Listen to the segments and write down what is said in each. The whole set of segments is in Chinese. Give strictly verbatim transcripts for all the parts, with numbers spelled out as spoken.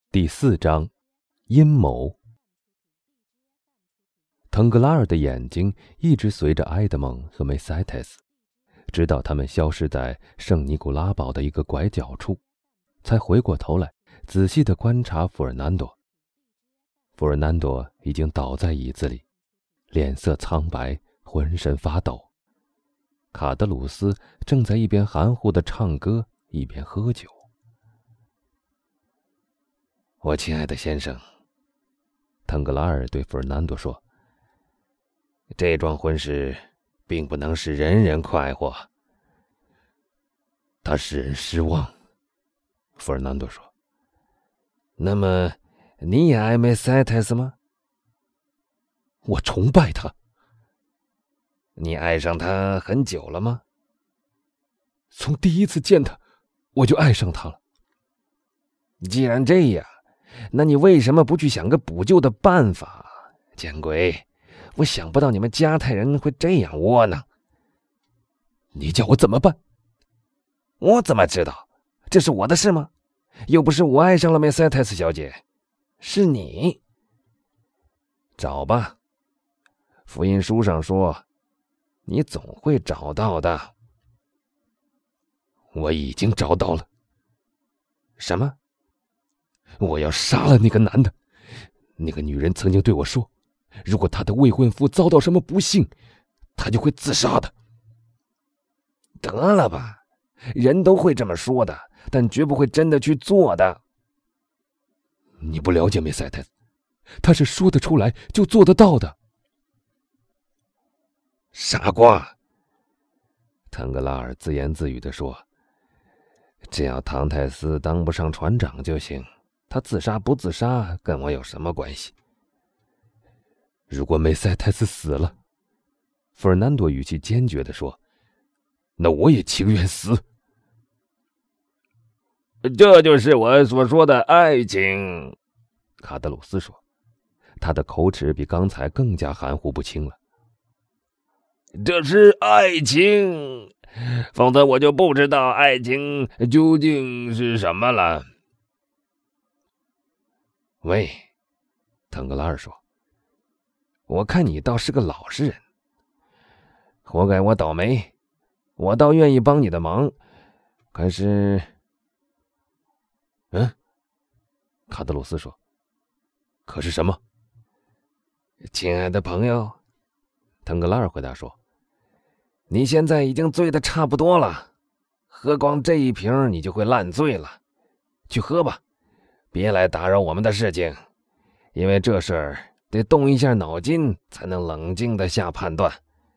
第四章，阴谋。腾格拉尔的眼睛一直随着埃德蒙和梅塞特斯，直到他们消失在圣尼古拉堡的一个拐角处，才回过头来仔细地观察弗尔南多。弗尔南多已经倒在椅子里，脸色苍白，浑身发抖。卡德鲁斯正在一边含糊地唱歌，一边喝酒。我亲爱的先生，腾格拉尔对弗尔南多说，这桩婚事并不能使人人快活，它使人失望。弗尔南多说，那么你也爱梅塞特斯吗？我崇拜他。你爱上他很久了吗？从第一次见他，我就爱上他了。既然这样，那你为什么不去想个补救的办法？见鬼！我想不到你们加泰人会这样窝囊。你叫我怎么办？我怎么知道？这是我的事吗？又不是我爱上了梅塞特斯小姐，是你。找吧，福音书上说，你总会找到的。我已经找到了。什么？我要杀了那个男的。那个女人曾经对我说，如果她的未婚夫遭到什么不幸，她就会自杀的。得了吧，人都会这么说的，但绝不会真的去做的。你不了解梅塞特斯，他是说得出来就做得到的。傻瓜，腾格拉尔自言自语地说，只要唐泰斯当不上船长就行，他自杀不自杀跟我有什么关系？如果梅塞特斯死了，弗尔南多语气坚决地说，那我也情愿死。这就是我所说的爱情，卡德鲁斯说，他的口齿比刚才更加含糊不清了。这是爱情，否则我就不知道爱情究竟是什么了。喂，腾格拉尔说，我看你倒是个老实人，活该我倒霉，我倒愿意帮你的忙，可是……嗯，卡德鲁斯说，可是什么？亲爱的朋友，腾格拉尔回答说，你现在已经醉得差不多了，喝光这一瓶你就会烂醉了。去喝吧，别来打扰我们的事情，因为这事儿得动一下脑筋才能冷静地下判断。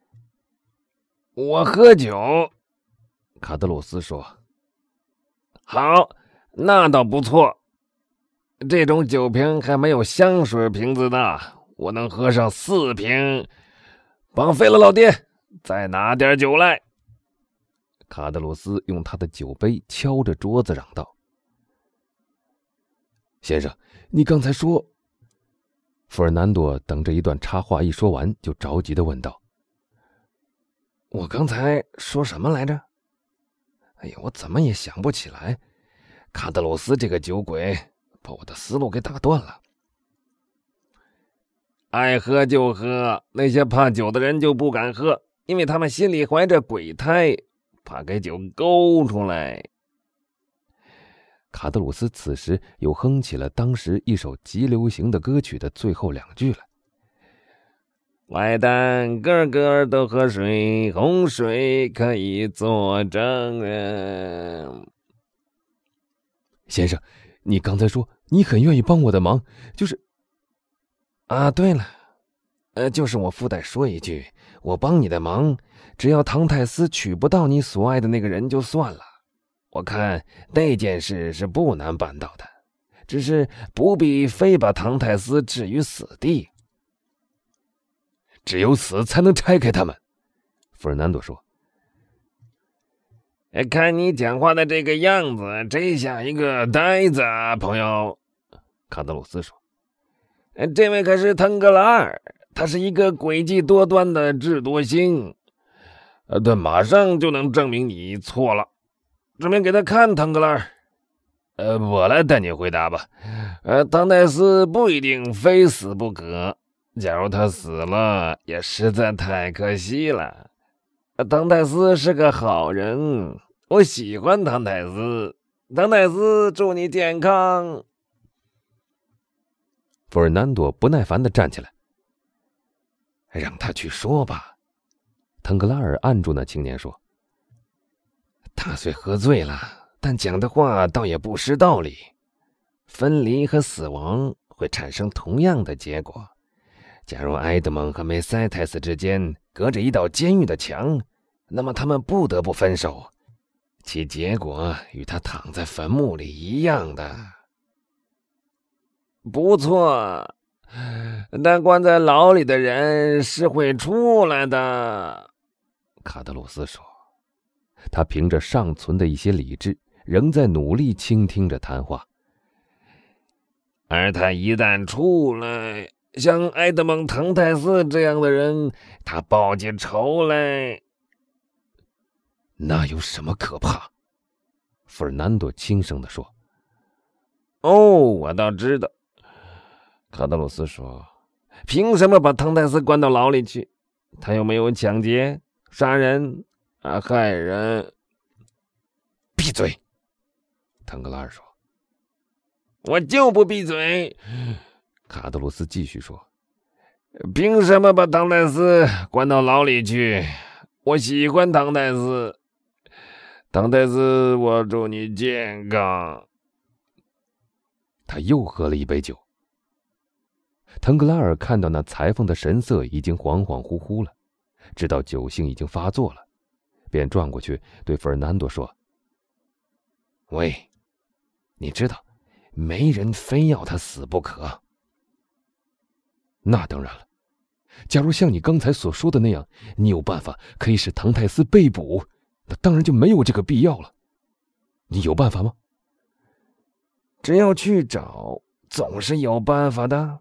我喝酒，卡德鲁斯说。好，那倒不错。这种酒瓶还没有香水瓶子大，我能喝上四瓶。绑飞了，老爹，再拿点酒来。卡德鲁斯用他的酒杯敲着桌子嚷道，先生，你刚才说……弗尔南多等着一段插话一说完，就着急地问道，我刚才说什么来着？哎呀，我怎么也想不起来。卡德鲁斯这个酒鬼把我的思路给打断了。爱喝就喝，那些怕酒的人就不敢喝，因为他们心里怀着鬼胎，怕给酒勾出来。卡德鲁斯此时又哼起了当时一首极流行的歌曲的最后两句来。坏蛋个个都喝水，洪水可以作证人。先生，你刚才说你很愿意帮我的忙，就是啊，对了，呃，就是我附带说一句，我帮你的忙，只要唐泰斯娶不到你所爱的那个人就算了。我看那件事是不难办到的，只是不必非把唐泰斯置于死地。只有死才能拆开他们，弗尔南多说。看你讲话的这个样子，真像一个呆子啊，朋友，卡德鲁斯说。这位可是腾格拉尔，他是一个诡计多端的智多星，他马上就能证明你错了。准备给他看，腾格拉尔。 呃，我来带你回答吧。呃，唐泰斯不一定非死不可，假如他死了，也实在太可惜了。唐泰斯是个好人，我喜欢唐泰斯。唐泰斯，祝你健康。 弗尔南多不耐烦地站起来。让他去说吧，腾格拉尔按住那青年说。 他虽喝醉了，但讲的话倒也不失道理。分离和死亡会产生同样的结果。假如埃德蒙和梅塞泰斯之间隔着一道监狱的墙，那么他们不得不分手，其结果与他躺在坟墓里一样的。不错，但关在牢里的人是会出来的， 卡德鲁斯说。他凭着尚存的一些理智，仍在努力倾听着谈话。 而他一旦出来，像埃德蒙·唐泰斯这样的人，他报起仇来， 那有什么可怕？弗尔南多轻声地说。 哦，我倒知道，卡德鲁斯说。凭什么把唐泰斯关到牢里去？他又没有抢劫、杀人啊，害人。 闭嘴！腾格拉尔说。 我就不闭嘴！ 卡德鲁斯继续说。 凭什么把唐泰斯关到牢里去？我喜欢唐泰斯。唐泰斯，我祝你健康。 他又喝了一杯酒。腾格拉尔看到那裁缝的神色已经恍恍惚惚了，知道酒性已经发作了，便转过去对费尔南多说： 喂，你知道没人非要他死不可。 那当然了，假如像你刚才所说的那样，你有办法可以使唐泰斯被捕，那当然就没有这个必要了。你有办法吗？ 只要去找，总是有办法的。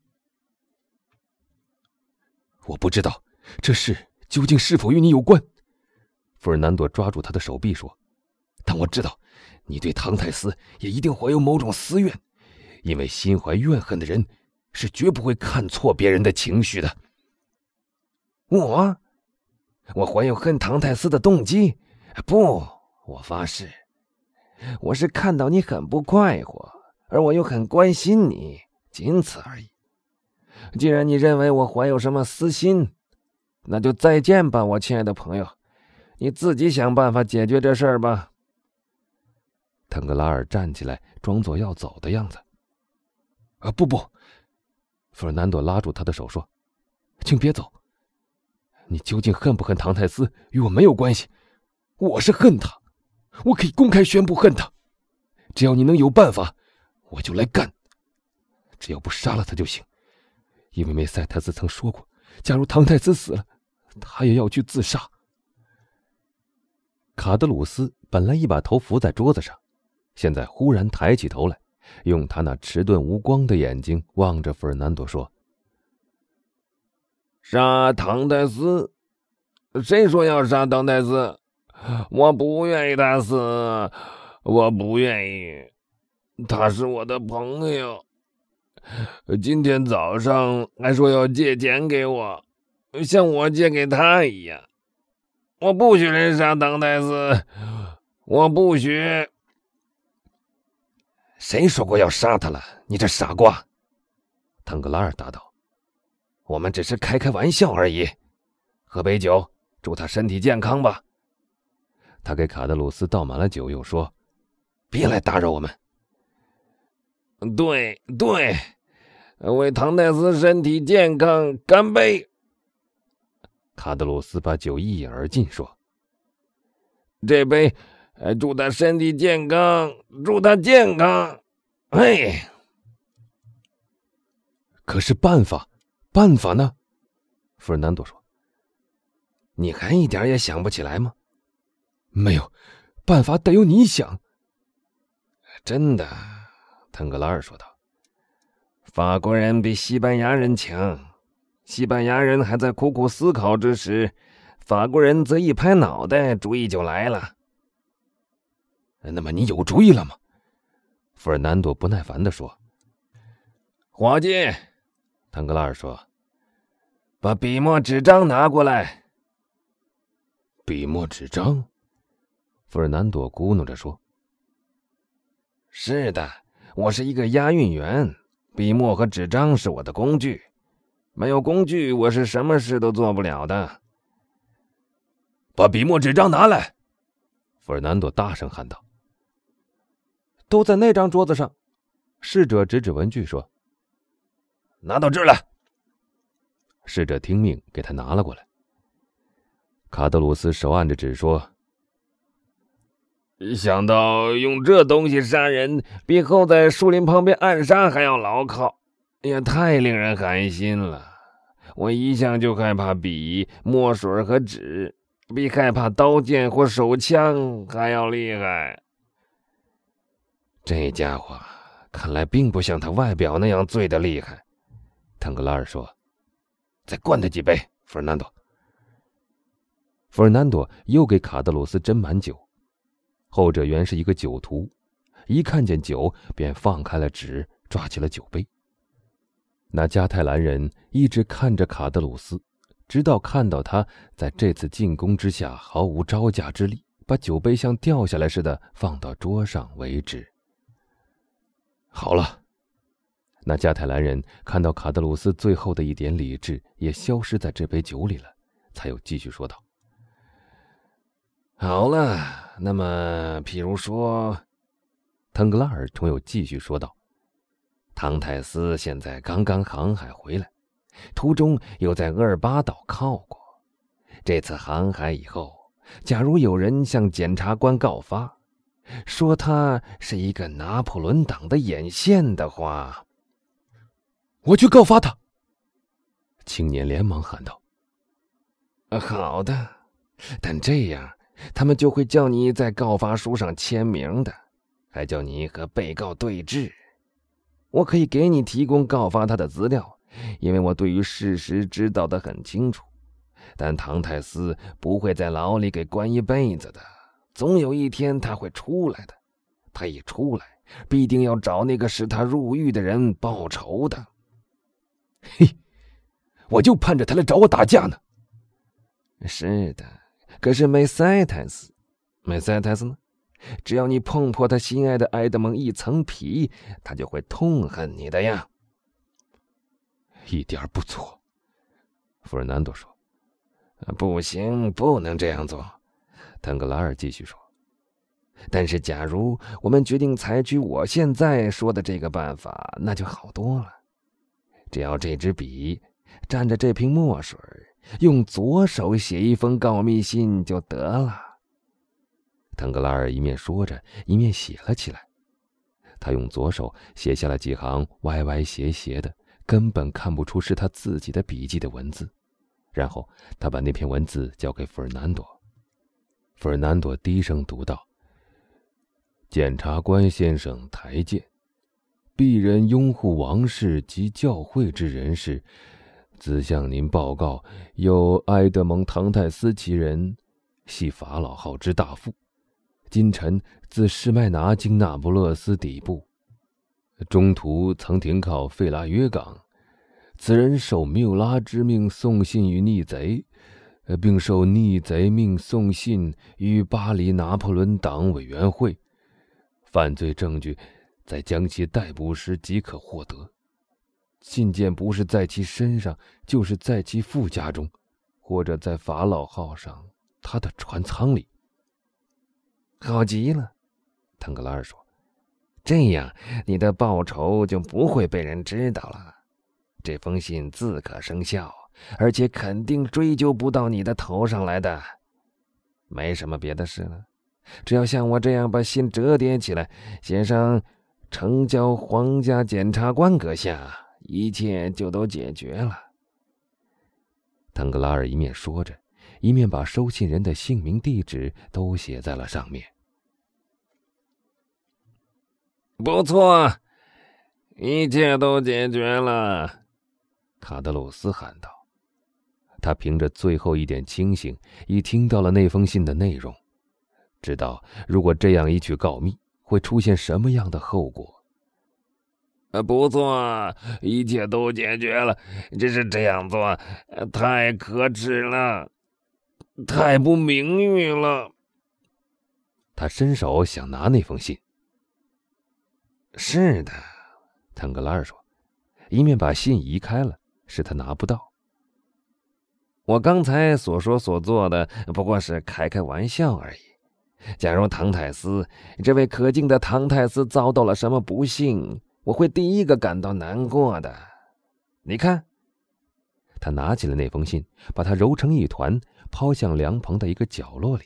我不知道这事究竟是否与你有关，费尔南多抓住他的手臂说。但我知道你对唐泰斯也一定怀有某种私怨，因为心怀怨恨的人是绝不会看错别人的情绪的。 我我怀有恨唐泰斯的动机？不，我发誓，我是看到你很不快活，而我又很关心你，仅此而已。既然你认为我怀有什么私心，那就再见吧，我亲爱的朋友，你自己想办法解决这事儿吧。 腾格拉尔站起来，装作要走的样子。啊，不不！费尔南多拉住他的手说：“请别走。你究竟恨不恨唐泰斯，与我没有关系。我是恨他，我可以公开宣布恨他。只要你能有办法，我就来干。只要不杀了他就行。因为梅塞泰斯曾说过，假如唐泰斯死了，他也要去自杀。”卡德鲁斯本来一把头伏在桌子上，现在忽然抬起头来，用他那迟钝无光的眼睛望着费尔南多说：“ 杀唐泰斯？谁说要杀唐泰斯？我不愿意他死，我不愿意。他是我的朋友，今天早上还说要借钱给我，像我借给他一样。我不许人杀唐泰斯，我不许。”“谁说过要杀他了？你这傻瓜！”腾格拉尔答道。“我们只是开开玩笑而已。喝杯酒，祝他身体健康吧。” 他给卡德鲁斯倒满了酒，又说：“ 别来打扰我们。”“对对，为唐泰斯身体健康干杯！” 卡德鲁斯把酒一饮而尽，说：“ 这杯，祝他身体健康，祝他健康。”嘿， 可是办法，办法呢？费尔南多说：“ 你还一点也想不起来吗？”“ 没有，办法得由你想。”“ 真的。”腾格拉尔说道，“法国人比西班牙人强。西班牙人还在苦苦思考之时，法国人则一拍脑袋，主意就来了。”“ 那么你有主意了吗？” 弗尔南多不耐烦地说。 伙计，腾格拉尔说，把笔墨纸张拿过来。 笔墨纸张？弗尔南多咕哝着说。 是的，我是一个押运员，笔墨和纸张是我的工具，没有工具我是什么事都做不了的。 把笔墨纸张拿来！弗尔南多大声喊道。 都在那张桌子上。 侍者指指文具说。 拿到这儿来。 侍者听命给他拿了过来。卡德鲁斯手按着纸说， 想到用这东西杀人比后在树林旁边暗杀还要牢靠，也太令人寒心了。我一向就害怕笔、墨水和纸，比害怕刀剑或手枪还要厉害。这家伙看来并不像他外表那样醉得厉害。 腾格拉尔说， 再灌他几杯，弗尔南多。 弗尔南多又给卡德鲁斯斟满酒，后者原是一个酒徒，一看见酒便放开了纸，抓起了酒杯。那加泰兰人一直看着卡德鲁斯，直到看到他在这次进攻之下毫无招架之力，把酒杯像掉下来似的放到桌上为止。好了，那加泰兰人看到卡德鲁斯最后的一点理智也消失在这杯酒里了，才又继续说道， 好了，那么譬如说， 腾格拉尔重又继续说道， 唐泰斯现在刚刚航海回来，途中又在厄尔巴岛靠过。这次航海以后，假如有人向检察官告发，说他是一个拿破仑党的眼线的话， 我去告发他！青年连忙喊道。 好的，但这样他们就会叫你在告发书上签名的，还叫你和被告对质。我可以给你提供告发他的资料，因为我对于事实知道得很清楚。但唐泰斯不会在牢里给关一辈子的，总有一天他会出来的。他一出来，必定要找那个使他入狱的人报仇的。 嘿，我就盼着他来找我打架呢。 是的，可是梅塞泰斯，梅塞泰斯呢？只要你碰破他心爱的埃德蒙一层皮，他就会痛恨你的呀。 一点不错，弗尔南多说。 不行，不能这样做，腾格拉尔继续说。但是假如我们决定采取我现在说的这个办法，那就好多了。只要这支笔蘸着这瓶墨水，用左手写一封告密信就得了。 腾格拉尔一面说着，一面写了起来。他用左手写下了几行歪歪斜斜的，根本看不出是他自己的笔记的文字。然后他把那篇文字交给弗尔南多。弗尔南多低声读道：检察官先生台见，鄙人拥护王室及教会之人士，自向您报告，有埃德蒙·唐泰斯其人，系法老号之大副，今晨自士麦拿经那不勒斯底部，中途曾停靠费拉约港。此人受缪拉之命送信于逆贼，并受逆贼命送信于巴黎拿破仑党委员会。犯罪证据在将其逮捕时即可获得。信件不是在其身上，就是在其副家中，或者在法老号上他的船舱里。 好极了，腾格拉尔说，这样你的报仇就不会被人知道了。这封信自可生效，而且肯定追究不到你的头上来的。没什么别的事了，只要像我这样把信折叠起来，写上呈交皇家检察官阁下，一切就都解决了。 腾格拉尔一面说着，一面把收信人的姓名地址都写在了上面。 不错，一切都解决了， 卡德鲁斯喊道。他凭着最后一点清醒，已听到了那封信的内容，知道如果这样一去告密， 会出现什么样的后果。 不错，一切都解决了。只是这样做太可耻了，太不名誉了。 他伸手想拿那封信。 是的， 腾格拉尔说，一面把信移开了，使他拿不到。 我刚才所说所做的不过是开开玩笑而已。假如唐泰斯，这位可敬的唐泰斯遭到了什么不幸，我会第一个感到难过的。你看， 他拿起了那封信，把它揉成一团，抛向凉棚的一个角落里。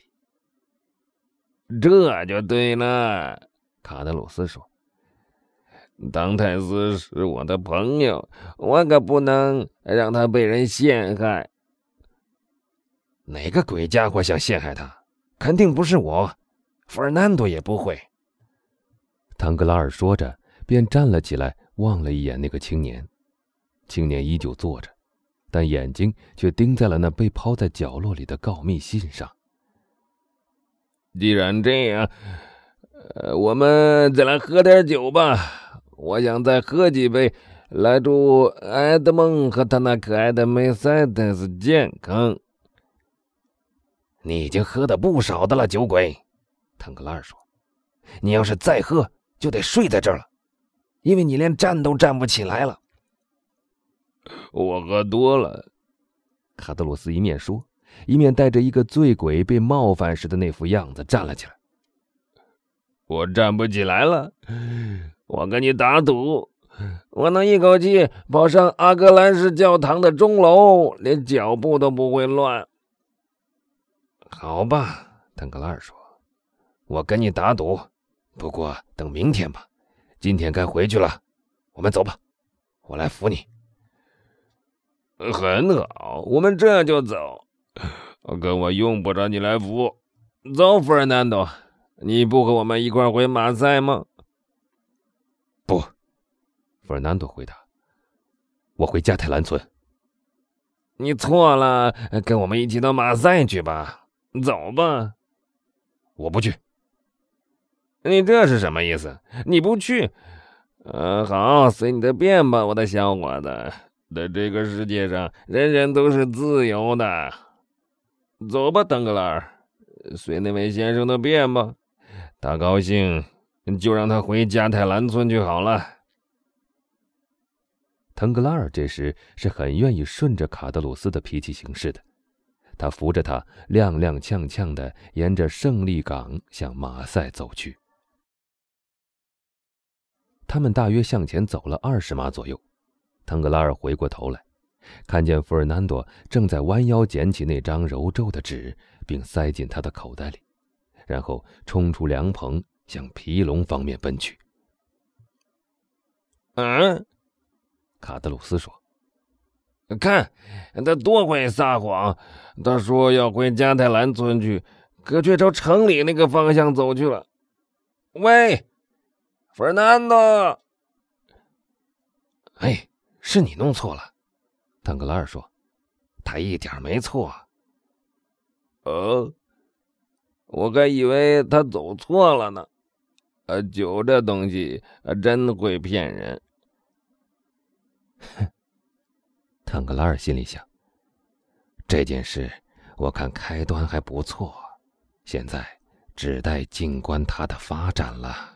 这就对了，卡德鲁斯说。唐泰斯是我的朋友，我可不能让他被人陷害。哪个鬼家伙想陷害他？肯定不是我，费尔南多也不会。 唐格拉尔说着，便站了起来，望了一眼那个青年。青年依旧坐着，但眼睛却盯在了那被抛在角落里的告密信上。 既然这样，呃，我们再来喝点酒吧。我想再喝几杯，来祝埃德蒙和他那可爱的梅赛德斯健康。你已经喝的不少的了，酒鬼，腾格拉尔说。你要是再喝，就得睡在这儿了，因为你连站都站不起来了。我喝多了， 卡德鲁斯一面说，一面带着一个醉鬼被冒犯时的那副样子站了起来。 我站不起来了，我跟你打赌，我能一口气跑上阿格兰式教堂的钟楼，连脚步都不会乱。好吧，腾格拉尔说，我跟你打赌，不过等明天吧，今天该回去了，我们走吧，我来扶你。很好，我们这就走，可我用不着你来扶。走，费尔南多，你不和我们一块回马赛吗？ 不，费尔南多回答，我回加泰兰村。 你错了，跟我们一起到马赛去吧。走吧。 我不去。 你这是什么意思？你不去？呃，好，随你的便吧，我的小伙子。在这个世界上，人人都是自由的。走吧，腾格拉尔，随那位先生的便吧。他高兴，就让他回加泰兰村去好了。 腾格拉尔这时是很愿意顺着卡德鲁斯的脾气行事的。他扶着他踉踉跄跄地沿着胜利港向马赛走去。他们大约向前走了二十码左右，腾格拉尔回过头来，看见费尔南多正在弯腰捡起那张揉皱的纸，并塞进他的口袋里，然后冲出凉棚向皮隆方面奔去。 嗯， 卡德鲁斯说， 看他多会撒谎，他说要回加泰兰村去，可却朝城里那个方向走去了。喂，费尔南多！哎，是你弄错了，腾格拉尔说，他一点没错。哦，我还以为他走错了呢。呃，酒这东西真会骗人。 哼，腾格拉尔心里想，这件事我看开端还不错，现在只待静观它的发展了。